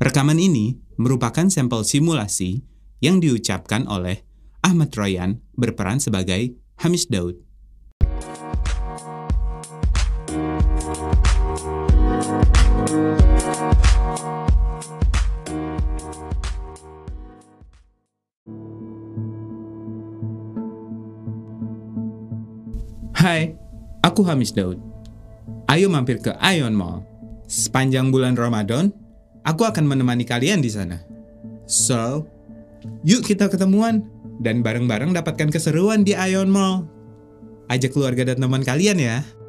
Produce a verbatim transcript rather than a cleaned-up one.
Rekaman ini merupakan sampel simulasi yang diucapkan oleh Ahmad Royan berperan sebagai Hamish Daud. Hai, aku Hamish Daud. Ayo mampir ke Ion Mall. Sepanjang bulan Ramadan, aku akan menemani kalian di sana. So, yuk kita ketemuan dan bareng-bareng dapatkan keseruan di Ion Mall. Ajak keluarga dan teman kalian ya.